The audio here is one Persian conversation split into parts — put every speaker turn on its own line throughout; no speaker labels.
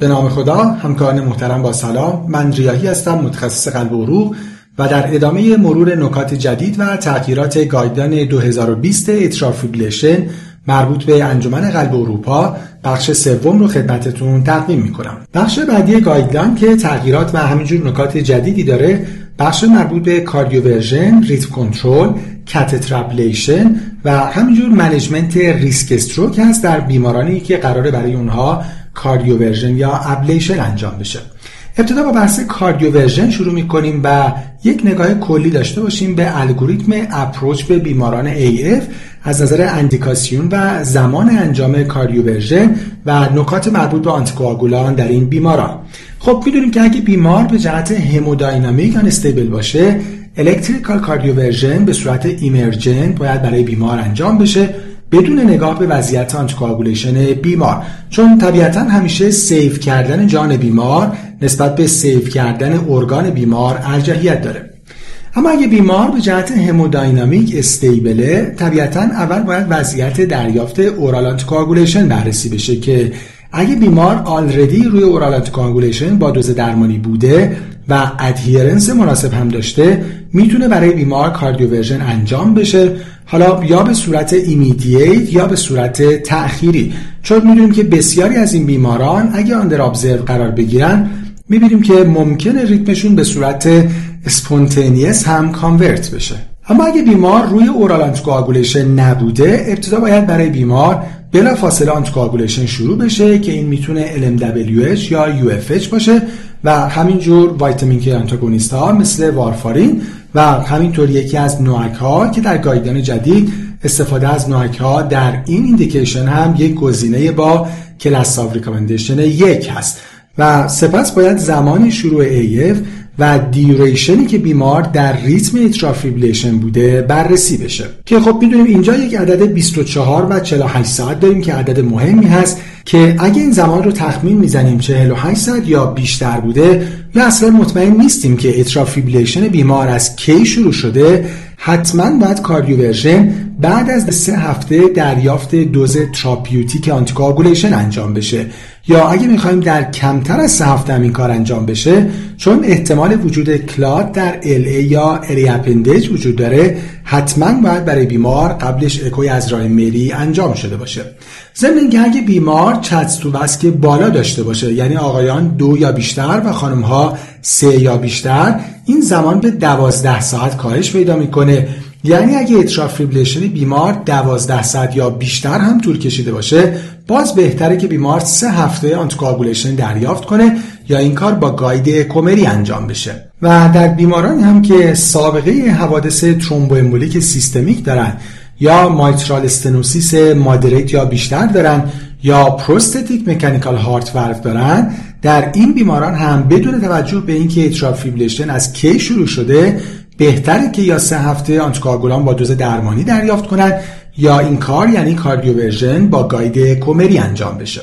به نام خدا. همکاران محترم با سلام. من ریاحی هستم، متخصص قلب و عروق و در ادامه مرور نکات جدید و تغییرات گایدلاین 2020 اتریال فیبریلیشن مربوط به انجمن قلب اروپا بخش سوم رو خدمتتون تقدیم میکنم. بخش بعدی گایدلاین که تغییرات و همینجور نکات جدیدی داره بخش مربوط به کاردیوورژن، ریتم کنترل، کاتتر ابلیشن و همینجور منیجمنت ریسک استروک هست در بیمارانی که قراره برای اونها کاردیوورژن یا ابلیشن انجام بشه. ابتدا با بحث کاردیوورژن شروع میکنیم و یک نگاه کلی داشته باشیم به الگوریتم اپروچ به بیماران AF از نظر اندیکاسیون و زمان انجام کاردیوورژن و نکات مربوط به آنتیکواگولان در این بیماران. خب میدونیم که اگه بیمار به جهت همودینامیک آنستیبل باشه، الکتریکال کاردیوورژن به صورت ایمرجنت باید برای بیمار انجام بشه بدون نگاه به وضعیت آنتیکواگولیشن بیمار، چون طبیعتا همیشه سیو کردن جان بیمار نسبت به سیو کردن ارگان بیمار ارجحیت داره. اما اگه بیمار به جهت همودینامیک استیبله، طبیعتا اول باید وضعیت دریافت اورال آنتیکواگولیشن بررسی بشه که اگه بیمار آلردی روی اورال آنتیکواگولیشن با دوز درمانی بوده و ادهیرنس مناسب هم داشته، میتونه برای بیمار کاردیوورژن انجام بشه، حالا یا به صورت ایمیدییت یا به صورت تأخیری، چون میدونیم که بسیاری از این بیماران اگه آندر ابزرو قرار بگیرن میبینیم که ممکنه ریتمشون به صورت اسپونتینیوس هم کانورت بشه. اما اگه بیمار روی اورال آنتیکواگولیشن نبوده، ابتدا باید برای بیمار بلا فاصله آنتیکواگولیشن شروع بشه که این میتونه LMWH یا UFH باشه و همینجور ویتامین K آنتاگونیست ها مثل وارفارین و همینطور یکی از نوآک ها که در گایدلاین جدید استفاده از نوآک ها در این ایندیکیشن هم یک گزینه با کلاس آف ریکامندیشن 1 هست. و سپس باید زمان شروع AF و دیوریشنی که بیمار در ریتم اتریال فیبریلیشن بوده بررسی بشه که خب میدونیم اینجا یک عدد 24 و 48 ساعت داریم که عدد مهمی هست که اگه این زمان رو تخمین میزنیم 48 ساعت یا بیشتر بوده یا اصلا مطمئن نیستیم که اتریال فیبریلیشن بیمار از کی شروع شده، حتما باید کاردیوورژن بعد از 3 هفته دریافت دوز تراپیوتیک آنتیکواگولیشن انجام بشه، یا اگه میخوایم در کمتر از 3 هفته هم این کار انجام بشه، چون احتمال وجود کلات در LA یا اری اپندیج وجود داره، حتما باید برای بیمار قبلش اکوی از راه مری انجام شده باشه. ضمن اینکه اگه بیمار چست تو وسک بالا داشته باشه، یعنی آقایان 2 یا بیشتر و خانمها 3 یا بیشتر، این زمان به 12 ساعت کاهش پیدا میکنه. یعنی اگه اتریال فیبریلیشن بیمار 12 ساعت یا بیشتر هم طول کشیده باشه، باز بهتره که بیمار 3 هفته آنتیکواگولیشن دریافت کنه یا این کار با گاید اکومری انجام بشه. و در بیماران هم که سابقه حوادث ترومبوامبولیک سیستمیک دارن یا مایترال استنوسیس مادریت یا بیشتر دارن یا پروستاتیک مکانیکال هارت والو دارن، در این بیماران هم بدون توجه به اینکه اتریال فیبریلیشن از کی شروع شده، بهتره که یا 3 هفته آنتیکواگولان با دوز درمانی دریافت کنن یا این کار یعنی کاردیوورژن با گاید اکومری انجام بشه.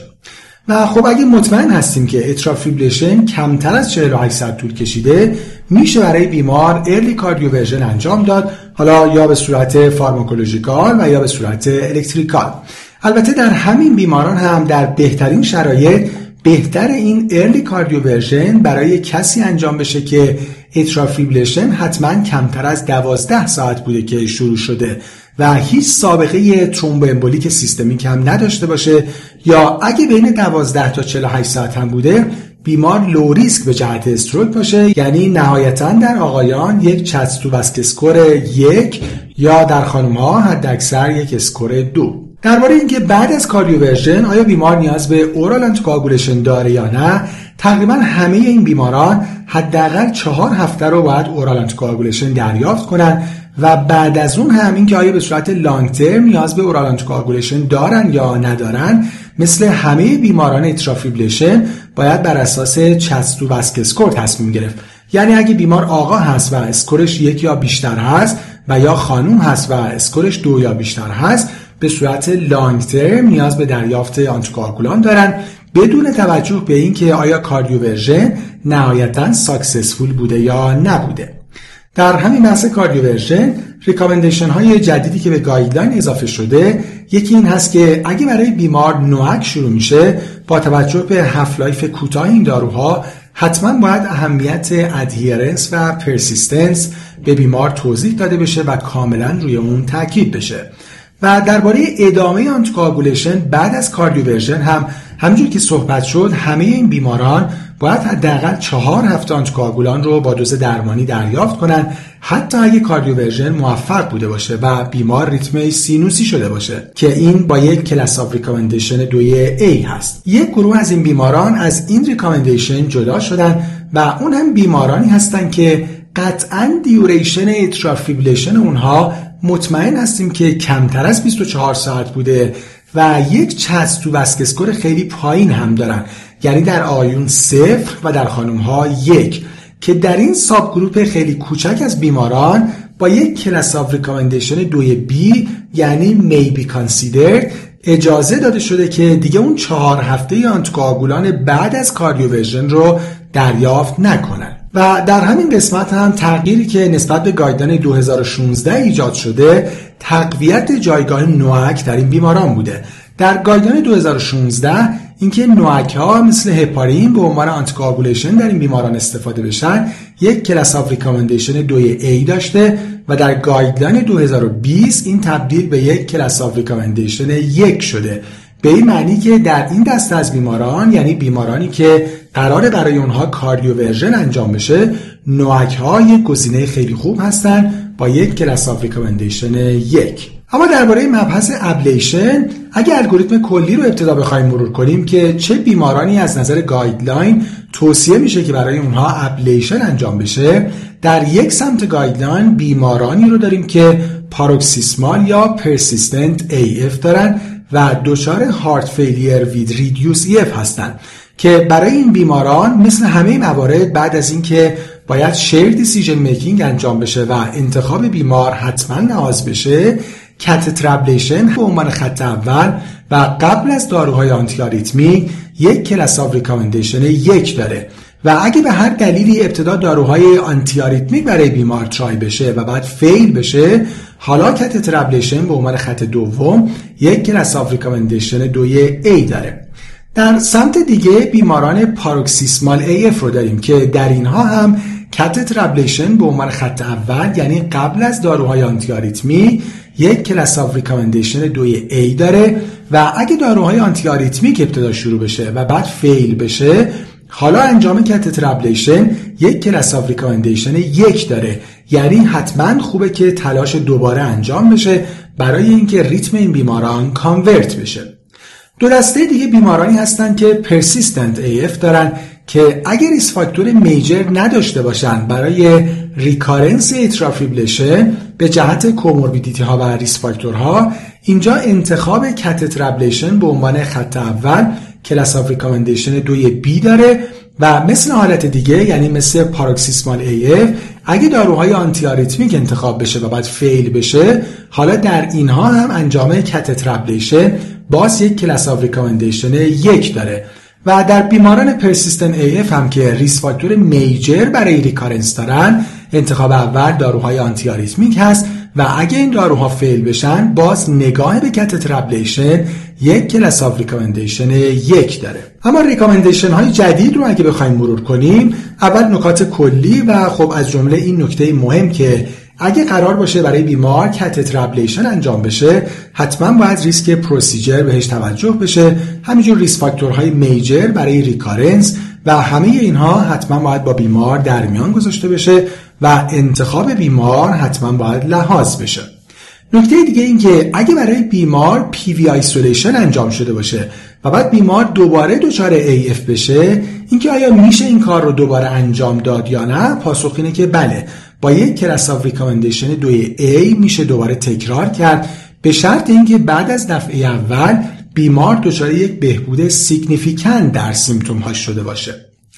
و خب اگه مطمئن هستیم که اتریال فیبریلیشن کمتر از 48 ساعت طول کشیده، میشه برای بیمار ارلی کاردیوورژن انجام داد، حالا یا به صورت فارماکولوژیکال و یا به صورت الکتریکال. البته در همین بیماران هم در بهترین شرایط بهتر این ارلی کاردیوورژن برای کسی انجام بشه که اتریال فیبریلیشن حتما کمتر از 12 ساعت بوده که شروع شده و هیچ سابقه ترومبوامبولیک سیستمیک هم نداشته باشه، یا اگه بین 12 تا 48 ساعت هم بوده بیمار لو ریسک به جهت استروک باشه، یعنی نهایتا در آقایان یک چست تو وسک اسکور 1 یا در خانم‌ها حداکثر یک اسکور 2. درباره اینکه بعد از کاردیوورژن آیا بیمار نیاز به اورال آنتیکواگولیشن داره یا نه، تقریبا همه این بیماران حداقل 4 هفته رو باید اورال آنتیکواگولیشن دریافت کنن و بعد از اون هم این که آیا به صورت لانگ ترم نیاز به اورال آنتیکواگولیشن دارن یا ندارن، مثل همه بیماران اتریال فیبریلیشن باید بر اساس چست تو وسک اسکور تصمیم گرفت. یعنی اگه بیمار آقا هست و اسکورش 1 یا بیشتر هست و یا خانوم هست و اسکورش 2 یا بیشتر هست، به صورت لانگ ترم نیاز به دریافت آنتیکواگولان دارن بدون توجه به این که آیا کاردیوورژن نهایتاً ساکسسفول بوده یا نبوده. در همین بحث کاردیوورژن ریکامندیشن های جدیدی که به گایدلاین اضافه شده، یکی این هست که اگه برای بیمار نوآک شروع میشه، با توجه به هاف لایف کوتاه این داروها حتما باید اهمیت ادهرنس و پرسیستنس به بیمار توضیح داده بشه و کاملا روی اون تاکید بشه. و درباره ادامه آنتیکواگولیشن بعد از کاردیوورژن هم همونجور که صحبت شد، همه این بیماران باید حداقل 4 هفته آنتیکواگولان رو با دوز درمانی دریافت کنن، حتی اگه کاردیوورژن موفق بوده باشه و بیمار ریتم سینوسی شده باشه که این با یک کلاس آف ریکامندیشن 2A هست. یک گروه از این بیماران از این ریکامندیشن جدا شدن و اون هم بیمارانی هستن که قطعاً دیوریشن اتریال فیبریلیشن اونها مطمئن هستیم که کمتر از 24 ساعت بوده و یک چسب تو وسک اسکور خیلی پایین هم دارن، یعنی در آقایون 0 و در خانم‌ها 1، که در این ساب گروپ خیلی کوچک از بیماران با یک کلاس آف ریکامندیشن 2B یعنی may be considered اجازه داده شده که دیگه اون 4 هفته آنتیکواگولان بعد از کاردیوورژن رو دریافت نکنن. و در همین قسمت هم تغییری که نسبت به گایدلاین 2016 ایجاد شده، تقویت جایگاه نوآک در این بیماران بوده. در گایدلاین 2016 اینکه نوآک ها مثل هپارین به عنوان آنتیکواگولیشن در این بیماران استفاده بشن یک کلاس آف ریکامندیشن 2A داشته و در گایدلاین 2020 این تبدیل به یک کلاس آف ریکامندیشن 1 شده. به این معنی که در این دسته از بیماران، یعنی بیمارانی که قراره برای اونها کاردیوورژن انجام بشه، نوآک ها یک گزینه خیلی خوب هستن با یک کلاس آف ریکامندیشن 1. اما درباره مبحث ابلیشن، اگه الگوریتم کلی رو ابتدا بخوایم مرور کنیم که چه بیمارانی از نظر گایدلاین توصیه میشه که برای اونها ابلیشن انجام بشه، در یک سمت گایدلاین بیمارانی رو داریم که پاروکسیسمال یا پرسیستنت AF دارن و دچار هارت فیلیر وید ریدیوس EF هستن که برای این بیماران مثل همه موارد بعد از اینکه باید شیر دیسیژن میکینگ انجام بشه و انتخاب بیمار حتما لحاظ بشه، کاتتر ابلیشن به عنوان خط اول و قبل از داروهای آنتی آریتمیک یک کلاس آف ریکامندیشن 1 داره و اگه به هر دلیلی ابتدا داروهای آنتی آریتمیک برای بیمار ترای بشه و بعد فیل بشه، حالا کاتتر ابلیشن به عنوان خط دوم یک کلاس آف ریکامندیشن 2A داره. در سمت دیگه بیماران پاروکسیسمال AF رو داریم که در اینها هم کاتتر ابلیشن به عنوان خط اول یعنی قبل از داروهای آنتی آریتمی یک کلاس آف ریکامندیشن 2A داره و اگه داروهای آنتی آریتمیک ابتدا شروع بشه و بعد فیل بشه، حالا انجام کاتتر ابلیشن یک کلاس آف ریکامندیشن 1 داره، یعنی حتما خوبه که تلاش دوباره انجام بشه برای اینکه ریتم این بیماران کانورت بشه. دو دسته دیگه بیمارانی هستن که پرسیستنت AF دارن که اگر ریسک فاکتور میجر نداشته باشن برای ریکارنس اتریال فیبریلیشن به جهت کوموربیدیتی ها و ریسک فاکتورها، اینجا انتخاب کاتتر ابلیشن به عنوان خط اول کلاس آف ریکامندیشن 2B داره و مثل حالت دیگه یعنی مثل پاروکسیسمال AF اگه داروهای آنتی آریتمیک انتخاب بشه و بعد فیل بشه، حالا در اینها هم انجام کاتتر ابلیشن باز یک کلاس آف ریکامندیشن 1 داره و در بیماران پرسیستنت AF هم که ریسک فاکتور میجر برای ریکارنس دارن، انتخاب اول داروهای آنتی آریتمیک هست و اگه این داروها فیل بشن باز نگاه به کاتتر ابلیشن یک کلاس آف ریکامندیشن 1 داره. اما ریکامندیشن های جدید رو اگه بخوایم مرور کنیم، اول نکات کلی و خب از جمله این نکته مهم که اگه قرار باشه برای بیمار کاتتر ابلیشن انجام بشه، حتما باید ریسک پروسیجر بهش توجه بشه، همینجور ریسک فاکتورهای میجر برای ریکارنس و همه اینها حتما باید با بیمار در میان گذاشته بشه و انتخاب بیمار حتما باید لحاظ بشه. نکته دیگه این که اگه برای بیمار پی وی آیسولیشن انجام شده باشه و بعد بیمار دوباره دچار AF بشه، اینکه آیا میشه این کار رو دوباره انجام داد یا نه، پاسخ اینه که بله، با یک کلاس آف ریکامندیشن 2A میشه دوباره تکرار کرد، به شرط اینکه بعد از دفعه اول بیمار دچار یک بهبود سیگنیفیکانت در سیمپتوم ها شده باشه.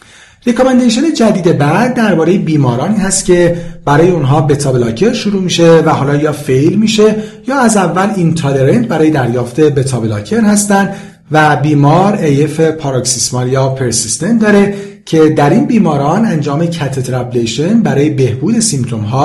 ریکامندیشن جدید بعد درباره بیمارانی هست که برای اونها بتا بلاکر شروع میشه و حالا یا فیل میشه یا از اول اینتالرنت برای دریافت بتا بلاکر هستن و بیمار AF پاروکسیسمال یا پرسیستنت داره که در این بیماران انجام کاتتر ابلیشن برای بهبود سیمپتوم ها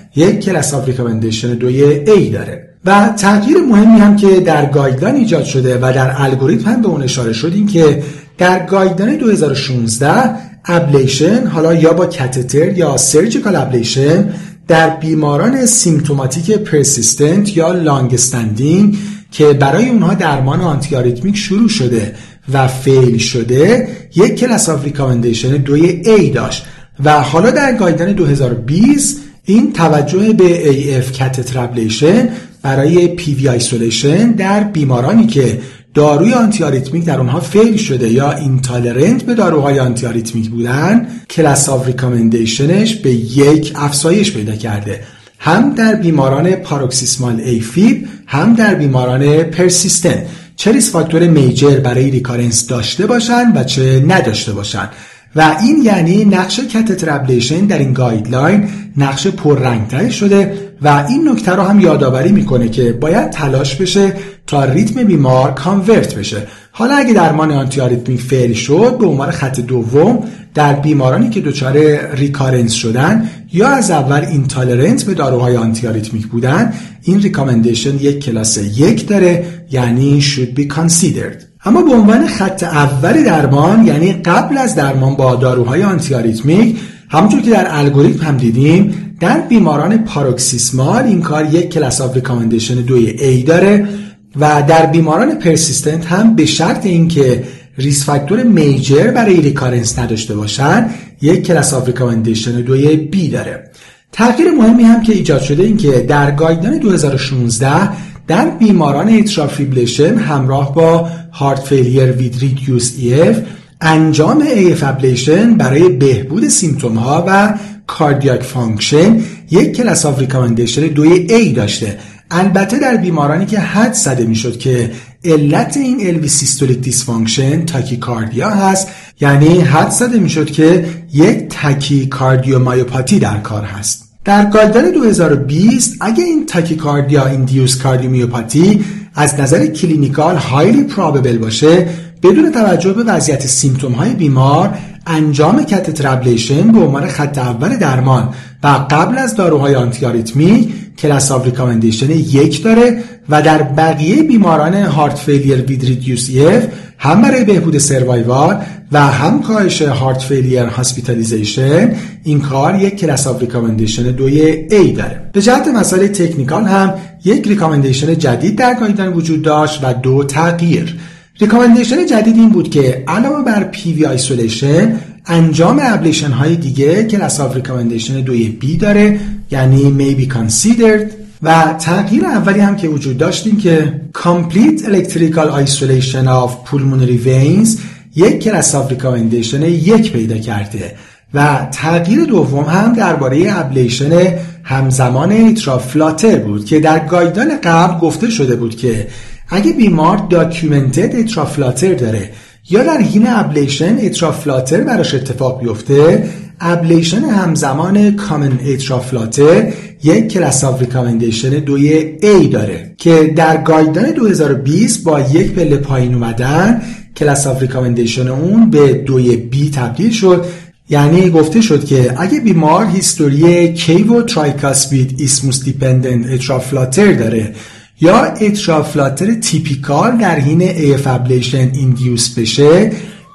یک کلاس آف ریکامندیشن 2 A داره. و تغییر مهمی هم که در گایدلاین ایجاد شده و در الگوریتم هم به اون اشاره شد این که در گایدلاین 2016 ابلیشن، حالا یا با کاتتر یا سرجیکال ابلیشن، در بیماران سیمپتوماتیک پرسیستنت یا لانگ استندینگ که برای اونها درمان آنتی آریتمیک شروع شده و فیل شده یک کلاس آف ریکامندیشن 2 A داشت. و حالا در گایدلاین 2020 این توجه به AF کاتتر ابلیشن برای PV آیسولیشن در بیمارانی که داروی آنتی آریتمیک در اونها فیل شده یا اینتالرنت به داروهای آنتی آریتمیک بودن، کلاس آف ریکامندیشنش به 1 افزایش پیدا کرده، هم در بیماران پاروکسیسمال ایفیب هم در بیماران پرسیستنت، چه ریسک فاکتور میجر برای ریکارنس داشته باشن و چه نداشته باشن. و این یعنی نقش کاتتر ابلیشن در این گایدلاین نقش پررنگتری شده و این نکته رو هم یادآوری میکنه که باید تلاش بشه تا ریتم بیمار کانورت بشه. حالا اگه درمان آنتی آریتمیک فیل شد، به عنوان خط دوم در بیمارانی که دچار ریکارنس شدن یا از اول اینتالرنت به داروهای آنتی آریتمیک بودن، این ریکامندیشن یک کلاس 1 داره، یعنی should be considered. اما به عنوان خط اول درمان، یعنی قبل از درمان با داروهای آنتی آریتمیک، همونطور که در الگوریتم هم دیدیم، در بیماران پاروکسیسمال این کار یک کلاس آف ریکامندیشن 2 A داره و در بیماران پرسیستنت هم به شرط اینکه ریسک فاکتور میجر برای ریکارنس نداشته باشن یک کلاس آف ریکامندیشن 2 B داره. تغییر مهمی هم که ایجاد شده این که در گایدلاین 2016 در بیماران اتریال فیبریلیشن همراه با هارت فیلیر وید ریدیوس EF انجام AF ابلیشن برای بهبود سیمپتوم ها و کاردیاک فانکشن یک کلاس آف ریکامندیشن 2 A داشته. البته در بیمارانی که حد زده میشد که علت این الوی سیستولیک دیسفانکشن تاکیکاردیا هست، یعنی حد زده میشد که یک تاکیکاردیومایوپاتی در کار هست. در گایدلاین 2020 اگه این تاکیکاردیا ایندیوس کاردیومیوپاتی از نظر کلینیکال هایلی پروببل باشه، بدون توجه به وضعیت سیمپتوم های بیمار انجام کاتتر ابلیشن به عنوان خط اول درمان و قبل از داروهای آنتی آریتمیک کلاس آف ریکامندیشن 1 داره و در بقیه بیماران هارت فیلیر وید ریدیوس EF هم برای بهبود سروایوال و هم کاهش هارت فیلیر هاسپیتالیزیشن این کار یک کلاس آف ریکامندیشن 2 A داره. به جهت مسائل تکنیکال هم یک ریکامندیشن جدید در گایدلاین وجود داشت و 2 تغییر. ریکامندیشن جدید این بود که علاوه بر PV آیسولیشن انجام ابلیشن های دیگه کلاس آف ریکامندیشن 2 B داره، یعنی may be considered. و تغییر اولی هم که وجود داشتیم که complete electrical isolation of pulmonary veins یک کلاس آف ریکامندیشن 1 پیدا کرده. و تغییر دوم هم درباره ابلیشن همزمان اتریال فلاتر بود که در گایدلاین قبل گفته شده بود که اگه بیمار داکیومنتد اتریال فلاتر داره یا در حین ابلیشن اتریال فلاتر براش اتفاق بیفته، ابلیشن همزمان کامن اتریال فلاتر یک کلاس آف ریکامندیشن 2 A داره که در گایدلاین 2020 با یک پله پایین اومدن کلاس آف ریکامندیشن اون به 2 B تبدیل شد. یعنی گفته شد که اگه بیمار هیستوری کیو ترایکاسپید ایسموس دیپندنت اتریال فلاتر داره یا اتریال فلاتر تیپیکال در حین AF ابلیشن ایندیوس بشه،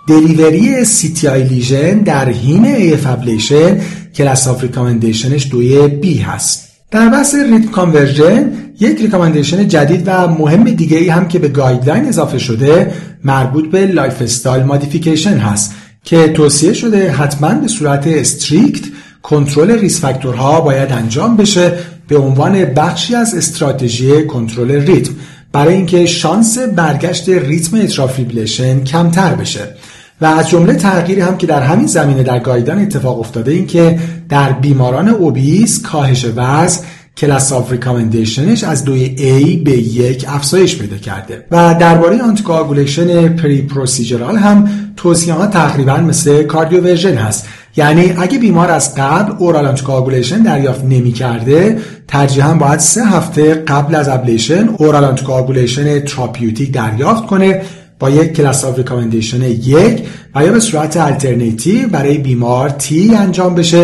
دلیوری CTI لیژن در حین AF ابلیشن کلاس آف ریکامندیشنش 2 B هست. در بحث ریتم کانورژن یک ریکامندیشن جدید و مهم دیگه ای هم که به گایدلاین اضافه شده مربوط به لایف استایل مودیفیکیشن هست که توصیه شده حتما به صورت استریکت کنترل ریسک فاکتورها باید انجام بشه به عنوان بخشی از استراتژی کنترل ریتم برای اینکه شانس برگشت ریتم اتریال فیبریلیشن کمتر بشه. و از جمله تغییری هم که در همین زمینه در گایدلاین اتفاق افتاده این که در بیماران اوبیس کاهش وزن کلاس آف ریکامندیشنش از 2 A به 1 افزایش پیدا کرده. و درباره آنتیکواگولیشن پری پروسیجرال هم توصیه ها تقریبا مثل کاردیوورژن هست، یعنی اگه بیمار از قبل اورال آنتیکواگولیشن دریافت نمی‌کرده ترجیحاً باید 3 هفته قبل از ابلیشن اورال آنتیکواگولیشن تراپیوتیک دریافت کنه با یک کلاس آف ریکامندیشن 1 و یا به صورت الترناتیو برای بیمار تی انجام بشه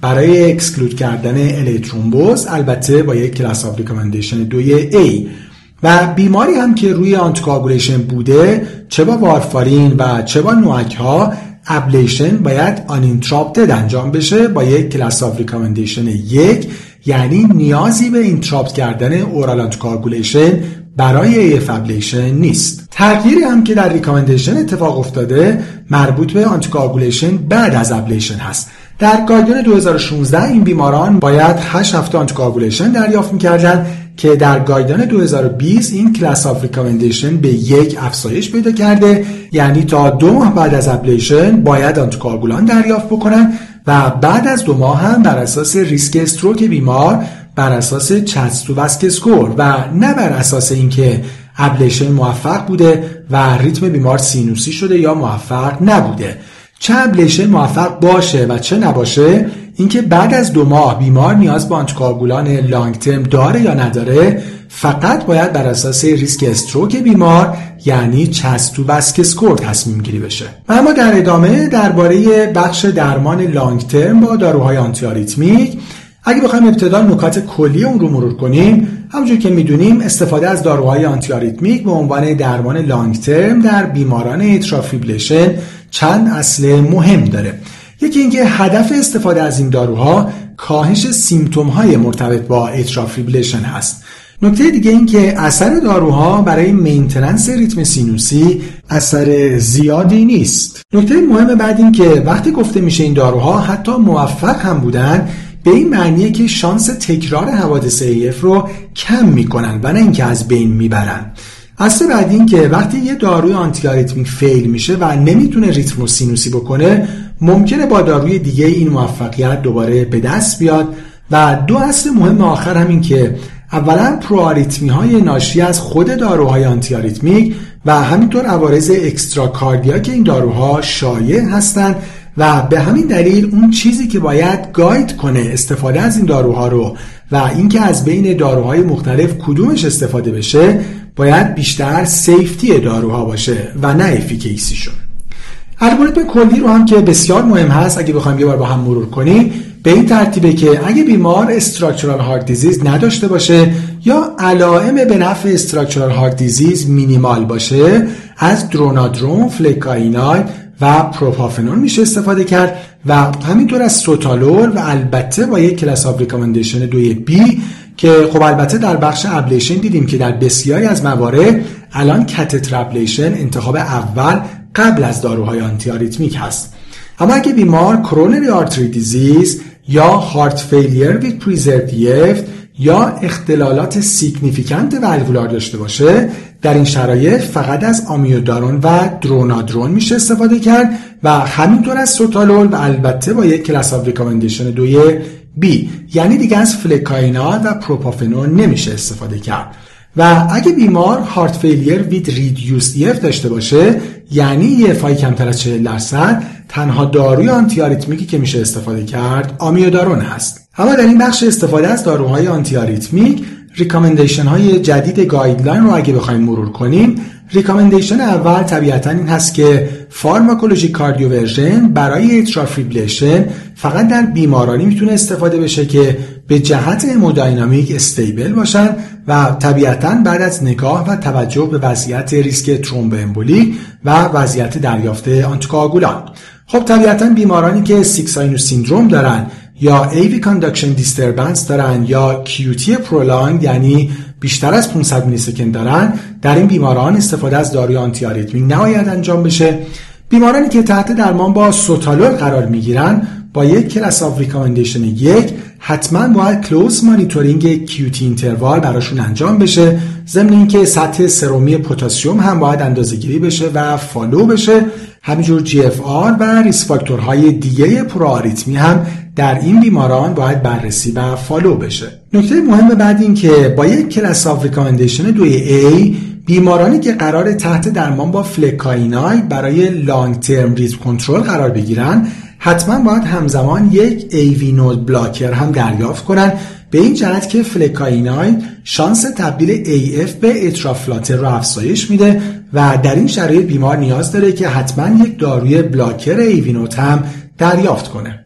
برای اکسکلود کردن الی ترومبوز، البته با یک کلاس آف ریکامندیشن 2A. و بیماری هم که روی آنتیکواگولیشن بوده، چه با وارفارین و چه با نوآک ها، ابلیشن باید آنینتراپتد انجام بشه با یک کلاس آف ریکامندیشن 1، یعنی نیازی به اینتراپت کردن اورال آنتیکواگولیشن برای AF ابلیشن نیست. تغییری هم که در ریکامندیشن اتفاق افتاده مربوط به آنتیکواگولیشن بعد از ابلیشن هست. در گایدلاین 2016 این بیماران باید 8 هفته آنتیکواگولیشن دریافت می‌کردند که در گایدلاین 2020 این کلاس آف ریکامندیشن به 1 افزایش پیدا کرده، یعنی تا 2 ماه بعد از ابلیشن باید آنتیکواگولان دریافت بکنن و بعد از 2 ماه هم بر اساس ریسک استروک بیمار بر اساس چست تو وسک اسکور و نه بر اساس اینکه ابلیشن موفق بوده و ریتم بیمار سینوسی شده یا موفق نبوده. چه ابلیشن موفق باشه و چه نباشه، اینکه بعد از 2 ماه بیمار نیاز به آنتیکواگولان لانگ ترم داره یا نداره، فقط باید بر اساس ریسک استروک بیمار یعنی چست تو وسک اسکور تصمیم گیری بشه. و اما در ادامه درباره بخش درمان لانگ ترم با داروهای آنتی آریتمیک، اگه بخوایم ابتدا نکات کلی اون رو مرور کنیم، همونجور که میدونیم استفاده از داروهای آنتی آریتمیک به عنوان درمان لانگ ترم در بیماران اتریال فیبریلیشن چند اصل مهم داره. یکی اینکه هدف استفاده از این داروها کاهش سیمتوم‌های مرتبط با اتریال فیبریلیشن هست. نکته دیگه این که اثر داروها برای مینتیننس ریتم سینوسی اثر زیادی نیست. نکته مهم بعد این که وقتی گفته میشه این داروها حتی موفق هم بودن، به این معنیه که شانس تکرار حوادث AF رو کم میکنن و نه اینکه از بین میبرن. اصل بعد این که وقتی یه داروی آنتی آریتمیک فیل میشه و نمیتونه ریتم رو سینوسی بکنه، ممکنه با داروی دیگه این موفقیت دوباره به دست بیاد. و 2 اصل مهم آخر همین که اولا پرواریتمی های ناشی از خود داروهای آنتی آریتمیک و همینطور عوارض اکستراکاردیا که این داروها شایع هستند و به همین دلیل اون چیزی که باید گاید کنه استفاده از این داروها رو و اینکه از بین داروهای مختلف کدومش استفاده بشه باید بیشتر سیفتی داروها باشه و نه افیکیسیشون. الگوریتم کلی رو هم که بسیار مهم هست اگه بخوایم یه بار با هم مرور کنیم، به این ترتیبه که اگه بیمار استراکچرال هارت دیزیز نداشته باشه یا علائم به نفع استراکچرال هارت دیزیز مینیمال باشه، از درونادرون، فلکایناید و پروپافنون میشه استفاده کرد و همینطور از سوتالول و البته با یک کلاس آف ریکامندیشن 2B که خب البته در بخش ابلیشن دیدیم که در بسیاری از موارد الان کاتتر ابلیشن انتخاب اول قبل از داروهای آنتی آریتمیک هست. اما اگه بیمار کرونری آرتری دیزیز یا هارت فیلیر ویت پریزرد EF یا اختلالات سیگنیفیکانت والوولار داشته باشه، در این شرایط فقط از آمیودارون و درونادرون میشه استفاده کرد و همینطور از سوتالول و البته با یک کلاس آف ریکامندیشن 2B، یعنی دیگه از فلکایناد و پروپافنون نمیشه استفاده کرد. و اگه بیمار هارت فیلیر وید ریدیوس EF داشته باشه، یعنی EF های کمتر از 40%، تنها داروی آنتی آریتمیکی که میشه استفاده کرد آمیودارون هست. اما در این بخش استفاده از داروهای آنتی آریتمیک، ریکامندیشن های جدید گایدلاین رو اگه بخوایم مرور کنیم، ریکامندیشن اول طبیعتاً این هست که فارماکولوژی کاردیوورژن برای اتریال فیبریلیشن فقط در بیمارانی میتونه استفاده بشه که به جهت همودینامیک استیبل باشن و طبیعتاً بعد از نگاه و توجه به وضعیت ریسک ترومبوامبولیک و وضعیت دریافت آنتیکواگولان. خب طبیعتاً بیمارانی که سیک ساینوس سیندروم دارن یا AV کاندکشن دیستربنس دارن یا QT پرولانگ یعنی بیشتر از 500 میلی سکند دارن، در این بیماران استفاده از داروی آنتی آریتمیک نباید انجام بشه. بیمارانی که تحت درمان با سوتالول قرار میگیرن با یک کلاس آف ریکامندیشن 1 حتما باید کلوز مانیتورینگ QT اینتروال براشون انجام بشه، ضمن اینکه سطح سرومی پتاسیم هم باید اندازه‌گیری بشه و فالو بشه. همینجور GFR و ریسک فاکتورهای دیگه پرواریتمی هم در این بیماران باید بررسی و فالو بشه. نکته مهم بعد این که با یک کلاس آف ریکامندیشن 2A بیمارانی که قرار تحت درمان با فلکایناید برای لانگ ترم ریتم کنترل قرار بگیرن، حتما باید همزمان یک AV نود بلاکر هم دریافت کنن، به این جهت که فلکایناید شانس تبدیل AF به اتریال فلاتر رو افزایش میده و در این شرایط بیمار نیاز داره که حتما یک داروی بلاکر AV نود هم دریافت کنه.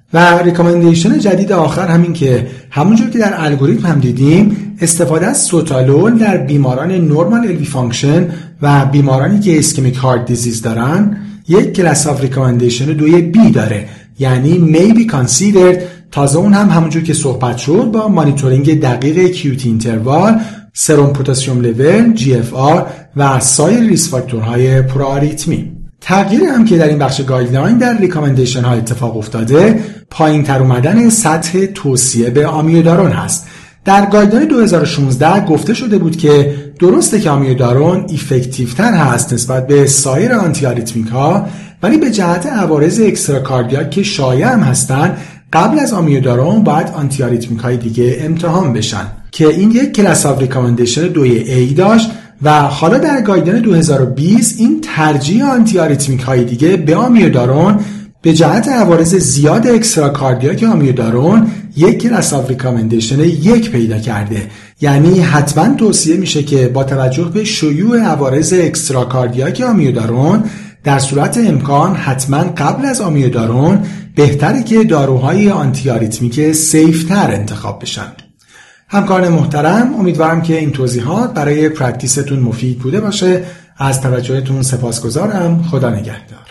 و ریکامندیشن جدید آخر همین که همونجور که در الگوریتم هم دیدیم استفاده از سوتالول در بیماران نورمال الوی فانکشن و بیمارانی که اسکمیک هارت دیزیز دارن یک کلاس آف ریکامندیشن 2B داره، یعنی may be considered. تازه اون هم همونجور که صحبت شد با مانیتورینگ دقیق QT اینتروال، سرم پتاسیم لول، GFR و سایر ریسک فاکتورهای پرآریتمی. تغییری هم که در این بخش گایدلاین در ریکامندیشن ها اتفاق افتاده پایین تر اومدن سطح توصیه به آمیودارون هست. در گایدلاین 2016 گفته شده بود که درسته که آمیودارون ایفکتیو تر هست نسبت به سایر آنتی آریتمیک ها، ولی به جهت عوارض اکستراکاردیاک که شایع هم هستن قبل از آمیودارون باید آنتی آریتمیک های دیگه امتحان بشن که این یک کلاس آف ریکامندیشن 2A داشت و حالا در گایدلاین 2020 این ترجیح آنتی آریتمیک های دیگه به آمیودارون به جهت عوارض زیاد اکستراکاردیاک آمیودارون یک کلاس آف ریکامندیشن 1 پیدا کرده. یعنی حتما توصیه میشه که با توجه به شیوع عوارض اکستراکاردیاک آمیودارون در صورت امکان حتما قبل از آمیودارون بهتره که داروهای آنتی آریتمیک سیفتر انتخاب بشن. همکاران محترم، امیدوارم که این توضیحات برای پرکتیستون مفید بوده باشه. از توجهتون سپاسگزارم. خدا نگهدار.